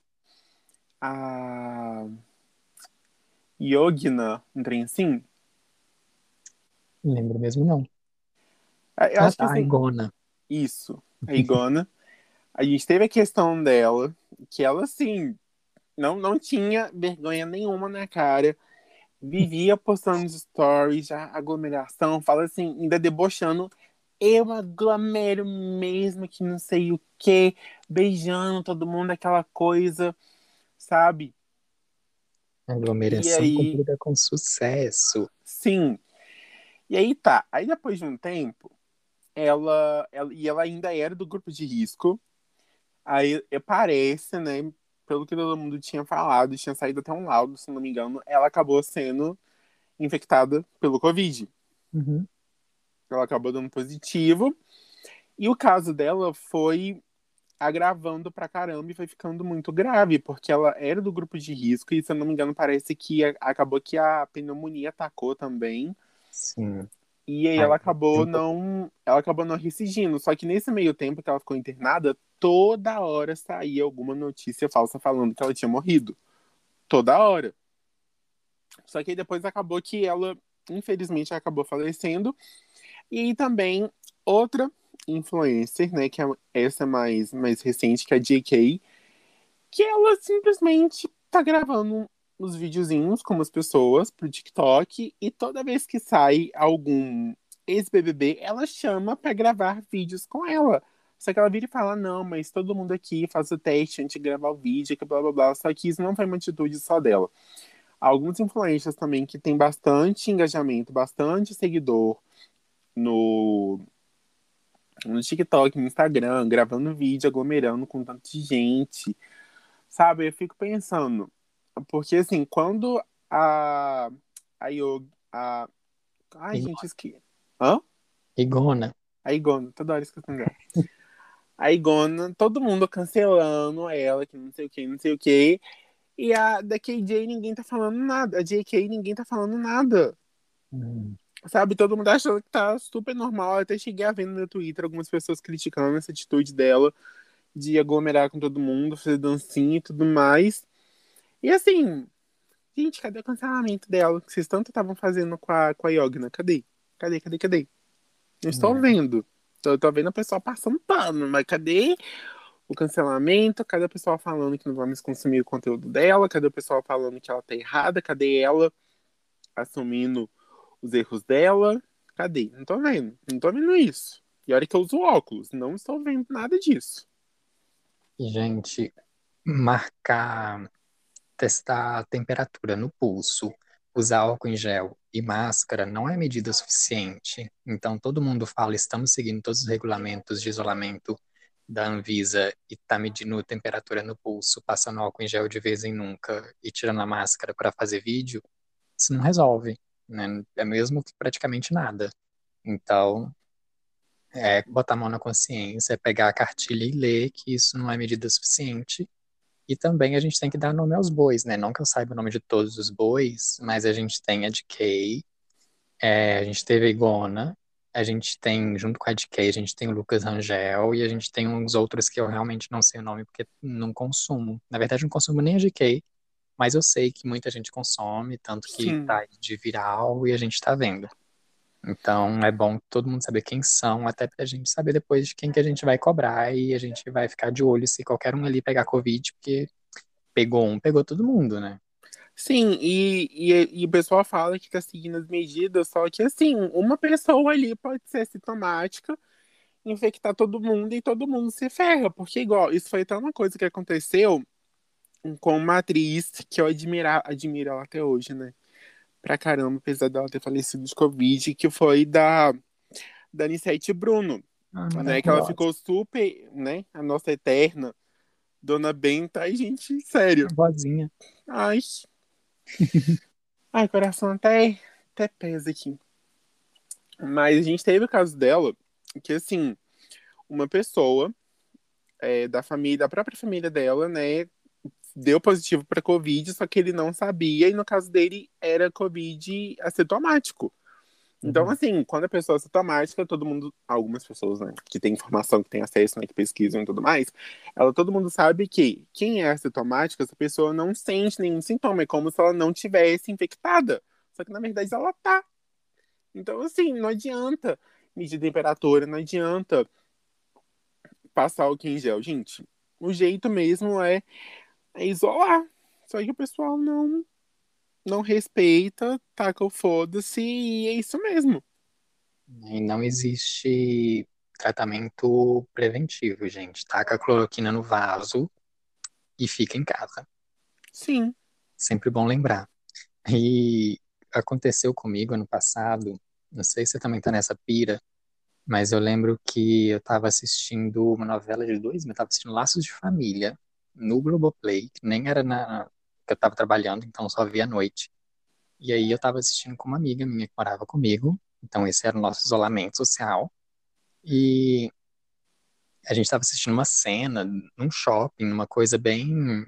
a Yogina, um trem assim. Não lembro mesmo, não. Eu Ah, acho que tá, a assim, Igona. isso, a Igona. A gente teve a questão dela, que ela, assim, não tinha vergonha nenhuma na cara, vivia postando stories, já aglomeração, fala assim, ainda debochando. Eu aglomero mesmo, que não sei o quê, beijando todo mundo, aquela coisa, sabe? E Aglomeração aí, cumprida com sucesso. sim. E aí tá. Aí depois de um tempo, ela ainda era do grupo de risco. Aí parece, né? Pelo que todo mundo tinha falado, tinha saído até um laudo, se não me engano, ela acabou sendo infectada pelo Covid. Uhum. Ela acabou dando positivo. E o caso dela foi agravando pra caramba e foi ficando muito grave, porque ela era do grupo de risco e, se eu não me engano, parece que acabou que a pneumonia atacou também. Sim. E aí Ai, ela acabou não recidindo. Só que nesse meio tempo que ela ficou internada, toda hora saía alguma notícia falsa falando que ela tinha morrido. Toda hora. Só que aí depois acabou que ela, infelizmente, acabou falecendo. E aí também outra influencer, né, que é essa mais recente, que é a JK, que ela simplesmente tá gravando os videozinhos como as pessoas pro TikTok e toda vez que sai algum ex-BBB, ela chama pra gravar vídeos com ela. Só que ela vira e fala, não, mas todo mundo aqui faz o teste antes de gravar o vídeo, que blá blá blá. Só que isso não foi uma atitude só dela. Alguns influencers também que tem bastante engajamento, bastante seguidor no, no TikTok, no Instagram, gravando vídeo, aglomerando com tanta gente. Sabe, eu fico pensando, porque assim, quando a Yogi, ai gente, Igona. esqueci. Hã? Igona. A Igona, toda hora esquecendo dela. A Igona, todo mundo cancelando ela, que não sei o que, não sei o que. E a da KJ ninguém tá falando nada. A JK ninguém tá falando nada. Hum. Sabe, todo mundo achando que tá super normal. Eu até cheguei a ver no meu Twitter algumas pessoas criticando essa atitude dela de aglomerar com todo mundo, fazer dancinha e tudo mais. E assim, gente, cadê o cancelamento dela? Que vocês tanto estavam fazendo com a Yogna? Cadê? Cadê? Não estou É. vendo. Tô vendo a pessoa passando pano, mas cadê o cancelamento? Cadê a pessoa falando que não vamos consumir o conteúdo dela? Cadê o pessoal falando que ela tá errada? Cadê ela assumindo os erros dela? Cadê? Não tô vendo. Não tô vendo isso. E olha que eu uso óculos. Não estou vendo nada disso. Gente, marcar, testar a temperatura no pulso, usar álcool em gel e máscara não é medida suficiente. Então, todo mundo fala, estamos seguindo todos os regulamentos de isolamento da Anvisa e está medindo temperatura no pulso, passando álcool em gel de vez em nunca e tirando a máscara para fazer vídeo, isso não resolve, né? É mesmo que praticamente nada. Então, botar a mão na consciência, é pegar a cartilha e ler que isso não é medida suficiente E também a gente tem que dar nome aos bois, né? Não que eu saiba o nome de todos os bois, mas a gente tem a DK, a gente teve a Igona, a gente tem, junto com a DK, a gente tem o Lucas Rangel e a gente tem uns outros que eu realmente não sei o nome porque não consumo. Na verdade, não consumo nem a DK, mas eu sei que muita gente consome, tanto que Sim. tá aí de viral e a gente tá vendo. Então é bom todo mundo saber quem são, até pra gente saber depois de quem que a gente vai cobrar e a gente vai ficar de olho se qualquer um ali pegar Covid, porque pegou um, pegou todo mundo, né? Sim, e o pessoal fala que tá seguindo as medidas, só que assim, uma pessoa ali pode ser sintomática, infectar todo mundo e todo mundo se ferra, porque igual, isso foi até uma coisa que aconteceu com uma atriz que eu admiro ela até hoje, né? Pra caramba, apesar dela ter falecido de Covid, que foi da Anissete Bruno, Ah, né? Que ela maravilhosa. ficou super, né? A nossa eterna Dona Benta, ai, gente, sério. A vozinha. Ai, ai, coração até pesa aqui. Mas a gente teve o caso dela, que assim, uma pessoa da família, da própria família dela, né, deu positivo para Covid, só que ele não sabia, e no caso dele era Covid assintomático. Então, Uhum. assim, quando a pessoa é assintomática, todo mundo, algumas pessoas, né, que tem informação, que tem acesso, né, que pesquisam e tudo mais, todo mundo sabe que quem é assintomático, essa pessoa não sente nenhum sintoma, é como se ela não tivesse infectada. Só que, na verdade, ela tá. Então, assim, não adianta medir temperatura, não adianta passar álcool em gel. Gente, o jeito mesmo é isolar. Só que o pessoal não respeita, taca o foda-se e é isso mesmo. E não existe tratamento preventivo, gente. Taca a cloroquina no vaso e fica em casa. Sim. Sempre bom lembrar. E aconteceu comigo ano passado, não sei se você também tá nessa pira, mas eu lembro que eu tava assistindo uma novela de 2000, eu tava assistindo Laços de Família no Globoplay, que nem era que eu tava trabalhando, então só via à noite. E aí eu tava assistindo com uma amiga minha que morava comigo, então esse era o nosso isolamento social. E a gente tava assistindo uma cena num shopping, numa coisa bem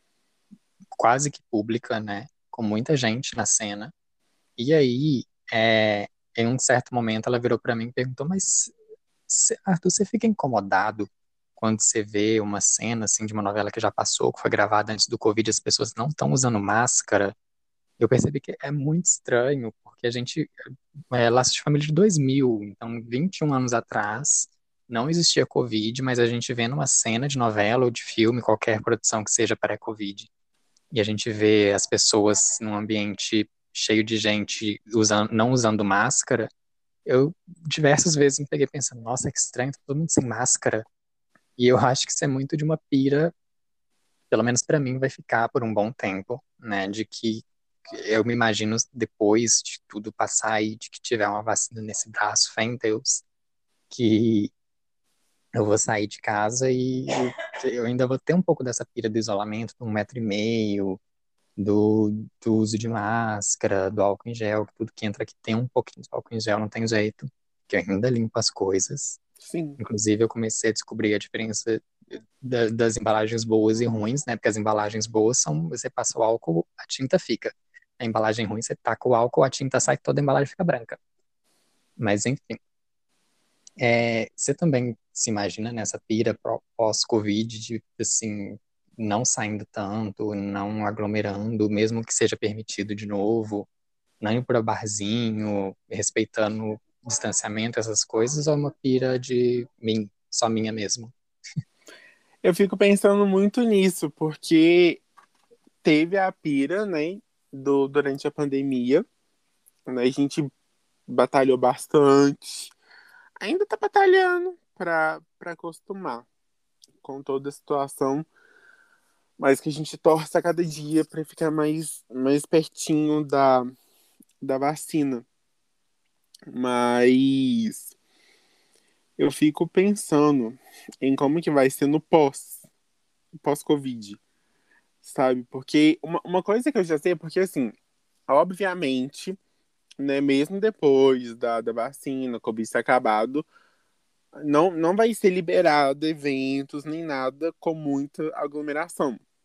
quase que pública, né? Com muita gente na cena. E aí, em um certo momento, ela virou para mim e perguntou: Mas, Arthur, você fica incomodado quando você vê uma cena assim de uma novela que já passou, que foi gravada antes do Covid, e as pessoas não estão usando máscara? Eu percebi que é muito estranho, porque a gente Laços de Família de 2000, então 21 anos atrás, não existia Covid, mas a gente vê numa cena de novela ou de filme, qualquer produção que seja pré-Covid, e a gente vê as pessoas num ambiente cheio de gente não usando máscara, eu diversas vezes me peguei pensando, nossa, que estranho, tá todo mundo sem máscara. E eu acho que isso é muito de uma pira, pelo menos para mim vai ficar por um bom tempo, né, de que eu me imagino depois de tudo passar e de que tiver uma vacina nesse braço, fé em Deus, que eu vou sair de casa e eu ainda vou ter um pouco dessa pira do isolamento, do 1,5 m, do uso de máscara, do álcool em gel, que tudo que entra aqui tem um pouquinho de álcool em gel, não tem jeito, que eu ainda limpo as coisas. Sim. Inclusive, eu comecei a descobrir a diferença das embalagens boas e ruins, né? Porque as embalagens boas são, você passa o álcool, a tinta fica. A embalagem ruim, você taca o álcool, a tinta sai, toda a embalagem fica branca. Mas, enfim. Você também se imagina nessa pira pós-Covid, de, assim, não saindo tanto, não aglomerando, mesmo que seja permitido de novo, não ir para barzinho, respeitando o distanciamento, essas coisas, ou é uma pira de mim, só minha mesmo? Eu fico pensando muito nisso, porque teve a pira, né, durante a pandemia, né, a gente batalhou bastante, ainda tá batalhando pra acostumar com toda a situação, mas que a gente torce a cada dia pra ficar mais pertinho da vacina. Mas eu fico pensando em como que vai ser no pós-Covid, sabe? Porque uma coisa que eu já sei é porque, assim, obviamente, né, mesmo depois da vacina, o Covid ter acabado, não vai ser liberado eventos nem nada com muita aglomeração.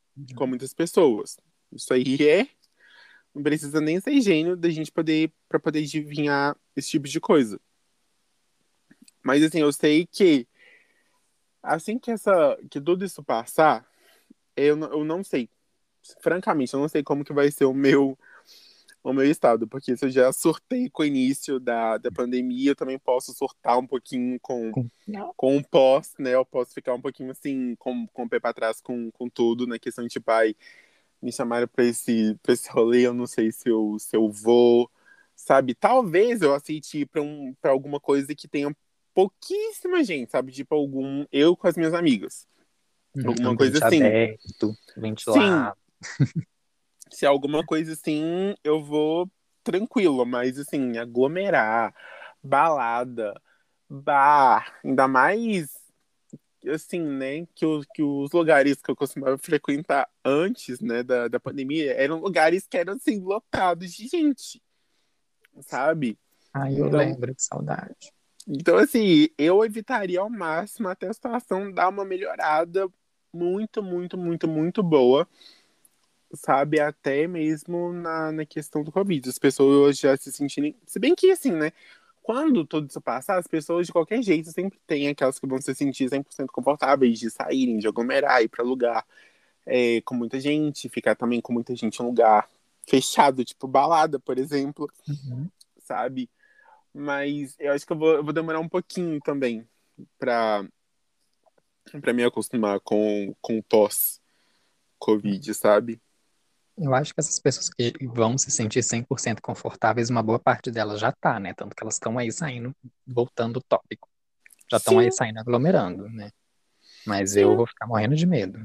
com muitas pessoas. Isso aí não precisa nem ser gênio da gente para poder adivinhar esse tipo de coisa. Mas assim, eu sei que assim que tudo isso passar, eu não sei. Francamente, eu não sei como que vai ser o meu estado, porque se eu já surtei com o início da pandemia, eu também posso surtar um pouquinho com o pós, né? Eu posso ficar um pouquinho assim, com o pé pra trás com tudo, na questão de, tipo, ai, me chamaram pra esse rolê, eu não sei se eu vou, sabe? Talvez eu aceite ir pra alguma coisa que tenha pouquíssima gente, sabe? Tipo, eu com as minhas amigas. Alguma coisa Ambiente assim. aberto, Sim, ventilado. se é alguma coisa assim, eu vou tranquilo, mas assim, aglomerar, balada, bar, ainda mais assim, né, que os lugares que eu costumava frequentar antes, né, da pandemia, eram lugares que eram assim, lotados de gente, sabe? Ai, eu Então, lembro, que saudade. então assim, eu evitaria ao máximo até a situação dar uma melhorada muito, muito, muito, muito boa, sabe? Até mesmo na questão do Covid. As pessoas já se sentirem. Se bem que, assim, né? Quando tudo isso passar, as pessoas, de qualquer jeito, sempre tem aquelas que vão se sentir 100% confortáveis de saírem, de aglomerar, ir para lugar com muita gente, ficar também com muita gente em lugar fechado, tipo balada, por exemplo, Uhum. sabe? Mas eu acho que eu vou demorar um pouquinho também pra, pra me acostumar com o pós-Covid, sabe? Eu acho que essas pessoas que vão se sentir 100% confortáveis, uma boa parte delas já tá, né? Tanto que elas estão aí saindo, voltando o tópico. Já estão aí Sim, saindo aglomerando, né? Mas eu sim. vou ficar morrendo de medo.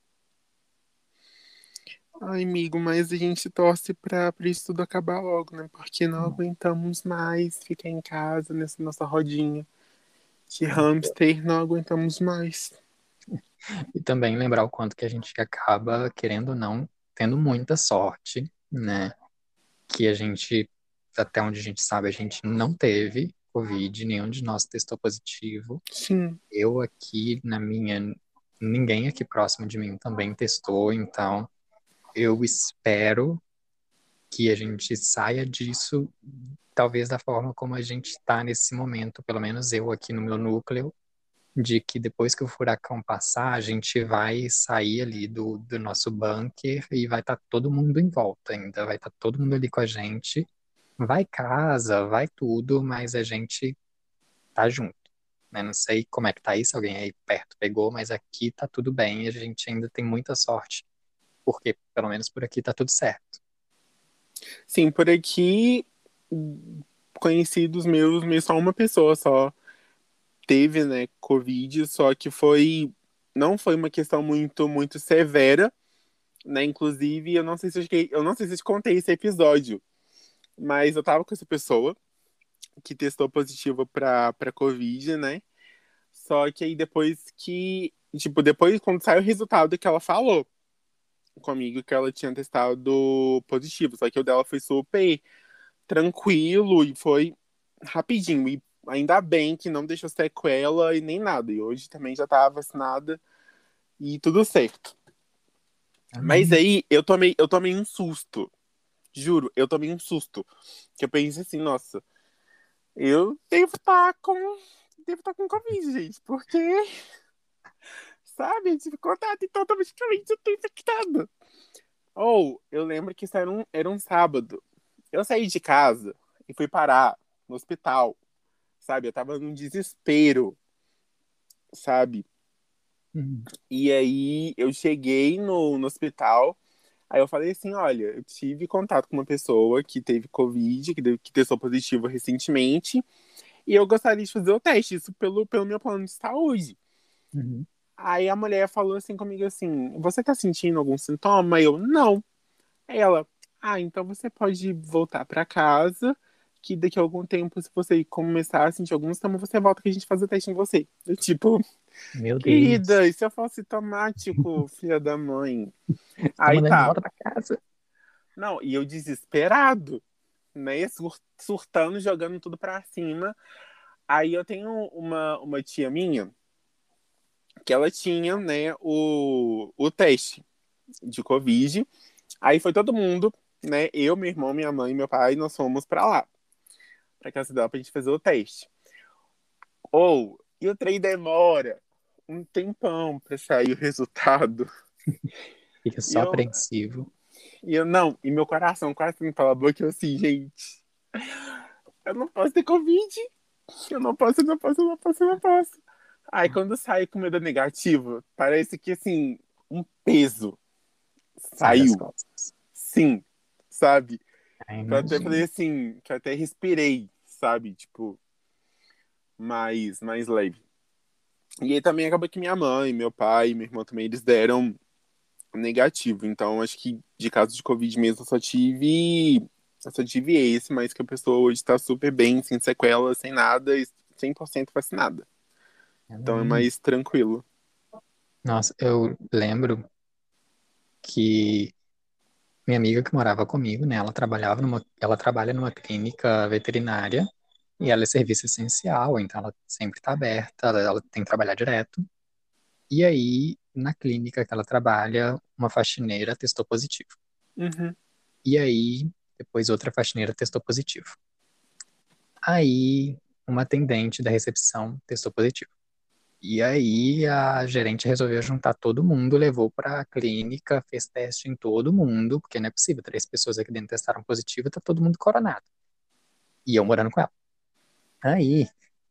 Ai, amigo, mas a gente torce pra isso tudo acabar logo, né? Porque não aguentamos mais ficar em casa nessa nossa rodinha de hamster, não aguentamos mais. E também lembrar o quanto que a gente acaba, querendo ou não, tendo muita sorte, né? Que a gente, até onde a gente sabe, a gente não teve Covid, nenhum de nós testou positivo. Sim, Eu aqui, ninguém aqui próximo de mim também testou, então eu espero que a gente saia disso, talvez da forma como a gente está nesse momento, pelo menos eu aqui no meu núcleo, de que depois que o furacão passar, a gente vai sair ali do nosso bunker e vai estar todo mundo em volta ainda, vai estar todo mundo ali com a gente. Vai casa, vai tudo, mas a gente tá junto, né? Não sei como é que tá aí, se alguém aí perto pegou, mas aqui tá tudo bem e a gente ainda tem muita sorte, porque pelo menos por aqui tá tudo certo. sim, por aqui, conhecidos meus, só uma pessoa só teve, né, Covid, só que não foi uma questão muito, muito severa, né? Inclusive, eu não sei se eu te contei esse episódio, mas eu tava com essa pessoa que testou positivo pra Covid, né? Só que aí depois quando saiu o resultado que ela falou comigo que ela tinha testado positivo, só que o dela foi super tranquilo e foi rapidinho. E ainda bem que não deixou sequela e nem nada. E hoje também já tava vacinada e tudo certo. Mas Amém. aí eu tomei um susto. Juro, eu tomei um susto. Que eu pensei assim, nossa, eu devo estar com Covid, gente, porque, sabe, eu tive contato, então automaticamente eu tô infectado. Ou, eu lembro que isso era um sábado. Eu saí de casa e fui parar no hospital, sabe? Eu tava num desespero, sabe? Uhum. E aí eu cheguei no hospital, aí eu falei assim, olha, eu tive contato com uma pessoa que teve Covid, que testou positivo recentemente, e eu gostaria de fazer o teste, isso pelo meu plano de saúde. Uhum. Aí a mulher falou assim comigo assim, você tá sentindo algum sintoma? Eu, não. Aí ela, então você pode voltar pra casa, que daqui a algum tempo, se você começar a sentir algum sintoma, você volta que a gente faz o teste em você. Eu, tipo, Meu Deus. querida, e se eu fosse sintomático, filha da mãe? Tô Aí mandando de tá. volta pra casa. Não, e eu desesperado, né? Surtando, jogando tudo pra cima. Aí eu tenho uma tia minha que ela tinha, né, o teste. de Covid. Aí foi todo mundo, né? Eu, meu irmão, minha mãe e meu pai, nós fomos pra lá, pra casa dela, pra gente fazer o teste. E o trem demora um tempão pra sair o resultado. Fica E só eu, apreensivo. não, e meu coração quase me pela boca, eu assim, gente, eu não posso ter Covid. Eu não posso, eu não posso, eu não posso, eu não posso. Aí quando sai com medo negativo, parece que assim, um peso Sai das saiu. costas. Sim, sabe? Ai, Que eu até imagino. falei assim, que eu até respirei, sabe? Tipo, mais leve. E aí também acabou que minha mãe, meu pai, meu irmão também, eles deram negativo. Então, acho que de caso de Covid mesmo, eu só tive esse, mas que a pessoa hoje tá super bem, sem sequela, sem nada, e 100% vacinada. Então é Amém. mais tranquilo. Nossa, eu lembro que minha amiga que morava comigo, né? Ela trabalha numa clínica veterinária e ela é serviço essencial, então ela sempre está aberta, ela tem que trabalhar direto. E aí, na clínica que ela trabalha, uma faxineira testou positivo. Uhum. E aí, depois outra faxineira testou positivo. Aí, uma atendente da recepção testou positivo. E aí, a gerente resolveu juntar todo mundo, levou para a clínica, fez teste em todo mundo, porque não é possível, 3 pessoas aqui dentro testaram positivo, tá todo mundo coronado. E eu morando com ela. Aí,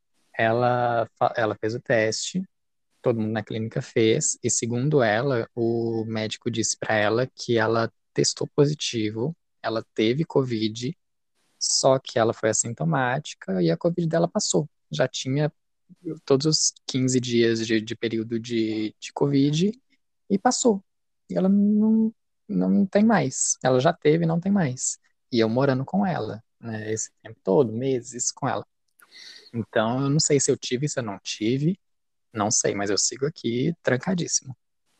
ela fez o teste, todo mundo na clínica fez, e segundo ela, o médico disse para ela que ela testou positivo, ela teve Covid, só que ela foi assintomática e a Covid dela passou. Já tinha todos os 15 dias de período de Covid e passou. E ela não tem mais. Ela já teve e não tem mais. E eu morando com ela, né, esse tempo todo, meses com ela. Então, eu não sei se eu tive, se eu não tive, não sei, mas eu sigo aqui trancadíssimo.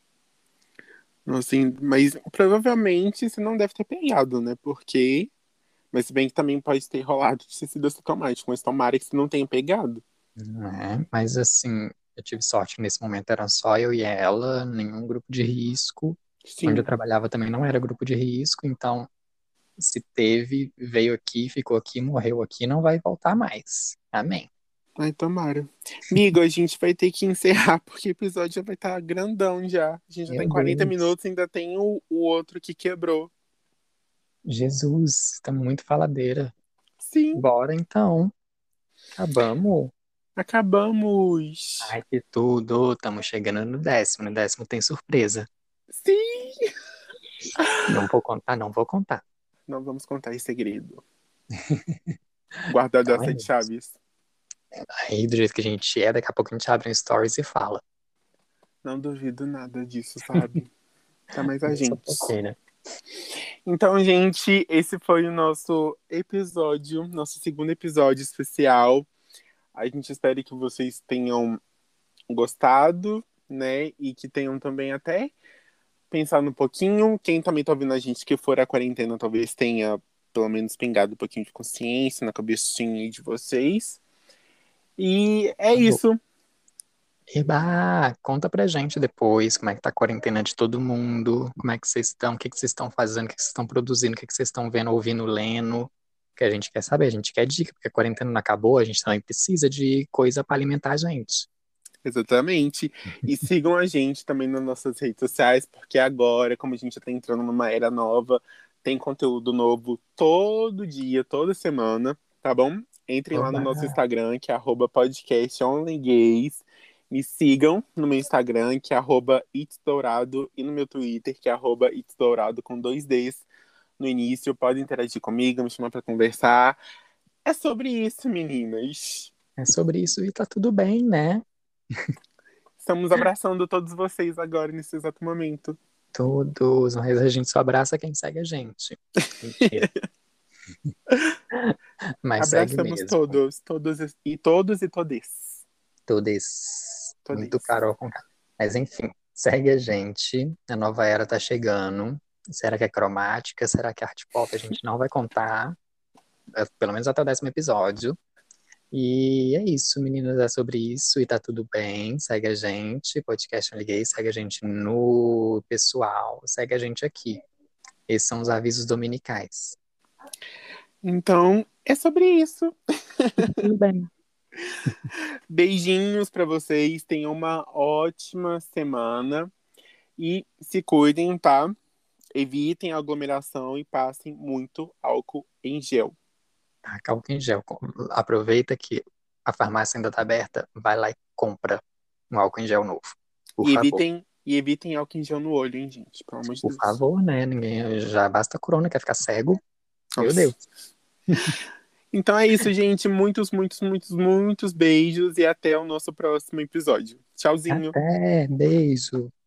Assim, mas provavelmente você não deve ter pegado, né? Porque. Mas se bem que também pode ter rolado de ter sido assintomático, mas tomara que você não tenha pegado. Né? Mas assim, eu tive sorte que nesse momento era só eu e ela, nenhum grupo de risco. Onde eu Sim. trabalhava também não era grupo de risco, então se teve, veio aqui, ficou aqui, morreu aqui, não vai voltar mais. Amém. Ai, tomara. Amigo, a gente vai ter que encerrar, porque o episódio já vai estar grandão já. A gente já tá Meu em 40 Deus. minutos, ainda tem o outro que quebrou. Jesus, tá muito faladeira. Sim, Bora então. Acabamos. acabamos. Ai, que tudo. Estamos chegando no 10º. No 10º tem surpresa. Sim. Não vou contar, não vou contar. Não vamos contar esse segredo. Guardado Então a é sete isso. chaves. Aí, do jeito que a gente é, daqui a pouco a gente abre um stories e fala. Não duvido nada disso, sabe? Tá mais a Eu sou gente. fofoqueira. Então, gente, esse foi o nosso episódio, nosso segundo episódio especial. A gente espera que vocês tenham gostado, né? E que tenham também até pensado um pouquinho. Quem também tá ouvindo a gente que for a quarentena, talvez tenha pelo menos pingado um pouquinho de consciência na cabecinha aí de vocês. E é Falou. isso. Eba, conta pra gente depois como é que tá a quarentena de todo mundo, como é que vocês estão, o que que vocês estão fazendo, o que que vocês estão produzindo, o que que vocês estão vendo, ouvindo, lendo, que a gente quer saber, a gente quer dica, porque a quarentena não acabou, a gente também precisa de coisa pra alimentar a gente. Exatamente. E sigam a gente também nas nossas redes sociais, porque agora, como a gente já tá entrando numa era nova, tem conteúdo novo todo dia, toda semana, tá bom? Entrem lá no Oba, nosso Instagram, que é @podcastonlygays. Me sigam no meu Instagram, que é @itsdourado, e no meu Twitter, que é @itsdourado com 2 Ds no início. Podem interagir comigo, me chamar pra conversar. É sobre isso, meninas. é sobre isso e tá tudo bem, né? Estamos abraçando todos vocês agora, nesse exato momento. Todos, mas a gente só abraça quem segue a gente. Mentira, mas segue Abraçamos mesmo. todos, todos e todes. Todes, muito Todes. Carol com K. Mas enfim, segue a gente. A nova era tá chegando. Será que é cromática? Será que é art pop? A gente não vai contar, pelo menos até o 10º episódio. E é isso, meninas, é sobre isso e tá tudo bem. Segue a gente, podcast Não Liguei, segue a gente no pessoal, segue a gente aqui. Esses são os avisos dominicais. Então, é sobre isso. Tudo bem. Beijinhos pra vocês, tenham uma ótima semana e se cuidem, tá? Evitem aglomeração e passem muito álcool em gel. Taca álcool em gel. Aproveita que a farmácia ainda tá aberta, vai lá e compra um álcool em gel novo. Por E favor. evitem álcool em gel no olho, hein, gente? Pelo amor de Por Deus. favor, né? Ninguém já basta a corona, quer ficar cego? Meu Nossa. Deus. Então é isso, gente. Muitos, muitos, muitos, muitos beijos e até o nosso próximo episódio. Tchauzinho. Até, beijo.